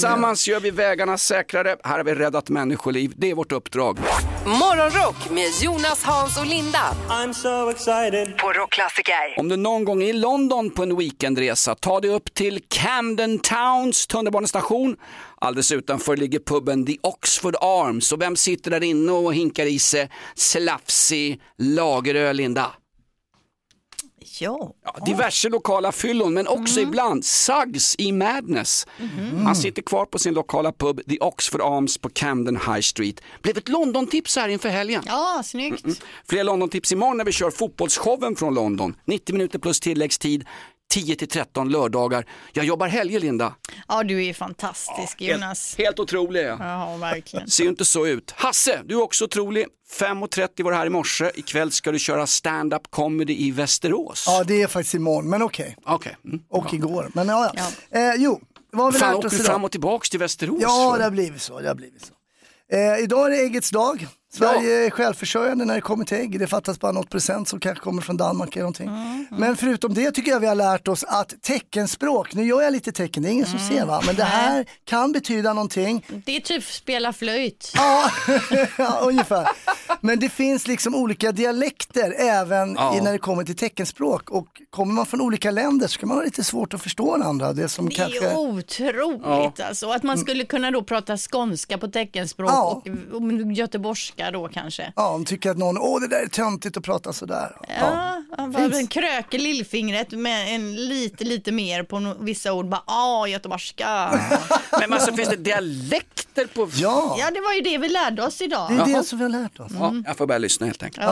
gör vi vägarna säkrare. Här har vi räddat människoliv. Det är vårt uppdrag. Morgonrock med Jonas, Hans och Linda. I'm so excited. På Rockklassiker. Om du någon gång är i London på en weekendresa, ta dig upp till Camden Towns tunnelbanestation. Alldeles utanför ligger puben The Oxford Arms. Och vem sitter där inne och hinkar i sig slafsig lageröl, Linda? Ja, diverse lokala fyllon, men också ibland Suggs i Madness. Han sitter kvar på sin lokala pub The Oxford Arms på Camden High Street. Blev ett London-tips här inför helgen. Ja, snyggt. Fler London-tips imorgon när vi kör fotbollsshowen från London. 90 minuter plus tilläggstid. 10-13 lördagar. Jag jobbar helger, Linda. Ja, du är fantastisk, Jonas. Helt otrolig. Ja, verkligen. Ser ju inte så ut. Hasse, du är också otrolig. 5:30 var det här i morse. Ikväll ska du köra stand-up comedy i Västerås. Ja, det är faktiskt imorgon, men okej. Och igår. Men vad har vi lärt oss idag? Du fram och tillbaks till Västerås? Ja, det har blivit så. Idag är det äggets dag. Sverige är självförsörjande när det kommer till ägg. Det fattas bara något procent som kanske kommer från Danmark eller någonting. Men förutom det tycker jag vi har lärt oss att teckenspråk, nu gör jag lite tecken, det är ingen som ser va, men det här kan betyda någonting. Det är typ spela flöjt. Ja, ungefär. Men det finns liksom olika dialekter även när det kommer till teckenspråk, och kommer man från olika länder så kan man ha lite svårt att förstå den andra. Det är otroligt alltså, att man skulle kunna då prata skånska på teckenspråk och göteborgska då kanske. Ja, de tycker att någon, det där är töntigt att prata sådär. En kröker lillfingret med en lite mer på vissa ord, bara göteborgska. Men alltså, finns det dialekter på... Ja, det var ju det vi lärde oss idag. Det är det som vi har lärt oss. Ja, jag får börja lyssna helt enkelt.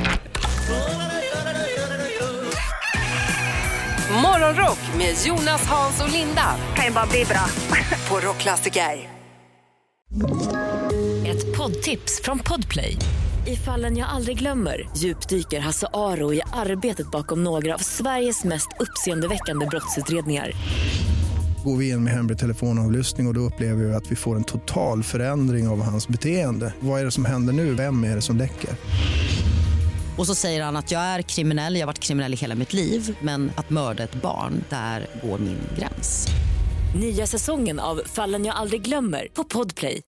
Morgonrock med Jonas, Hans och Linda. Kan ju bara bli bra. På Rockklassiker. Ett poddtips från Podplay. I Fallen jag aldrig glömmer djupdyker Hasse Aro i arbetet bakom några av Sveriges mest uppseendeväckande brottsutredningar. Går vi in med hemlig telefonavlyssning och då upplever vi att vi får en total förändring av hans beteende. Vad är det som händer nu? Vem är det som läcker? Och så säger han att jag är kriminell, jag har varit kriminell i hela mitt liv. Men att mörda ett barn, där går min gräns. Nya säsongen av Fallen jag aldrig glömmer på Podplay.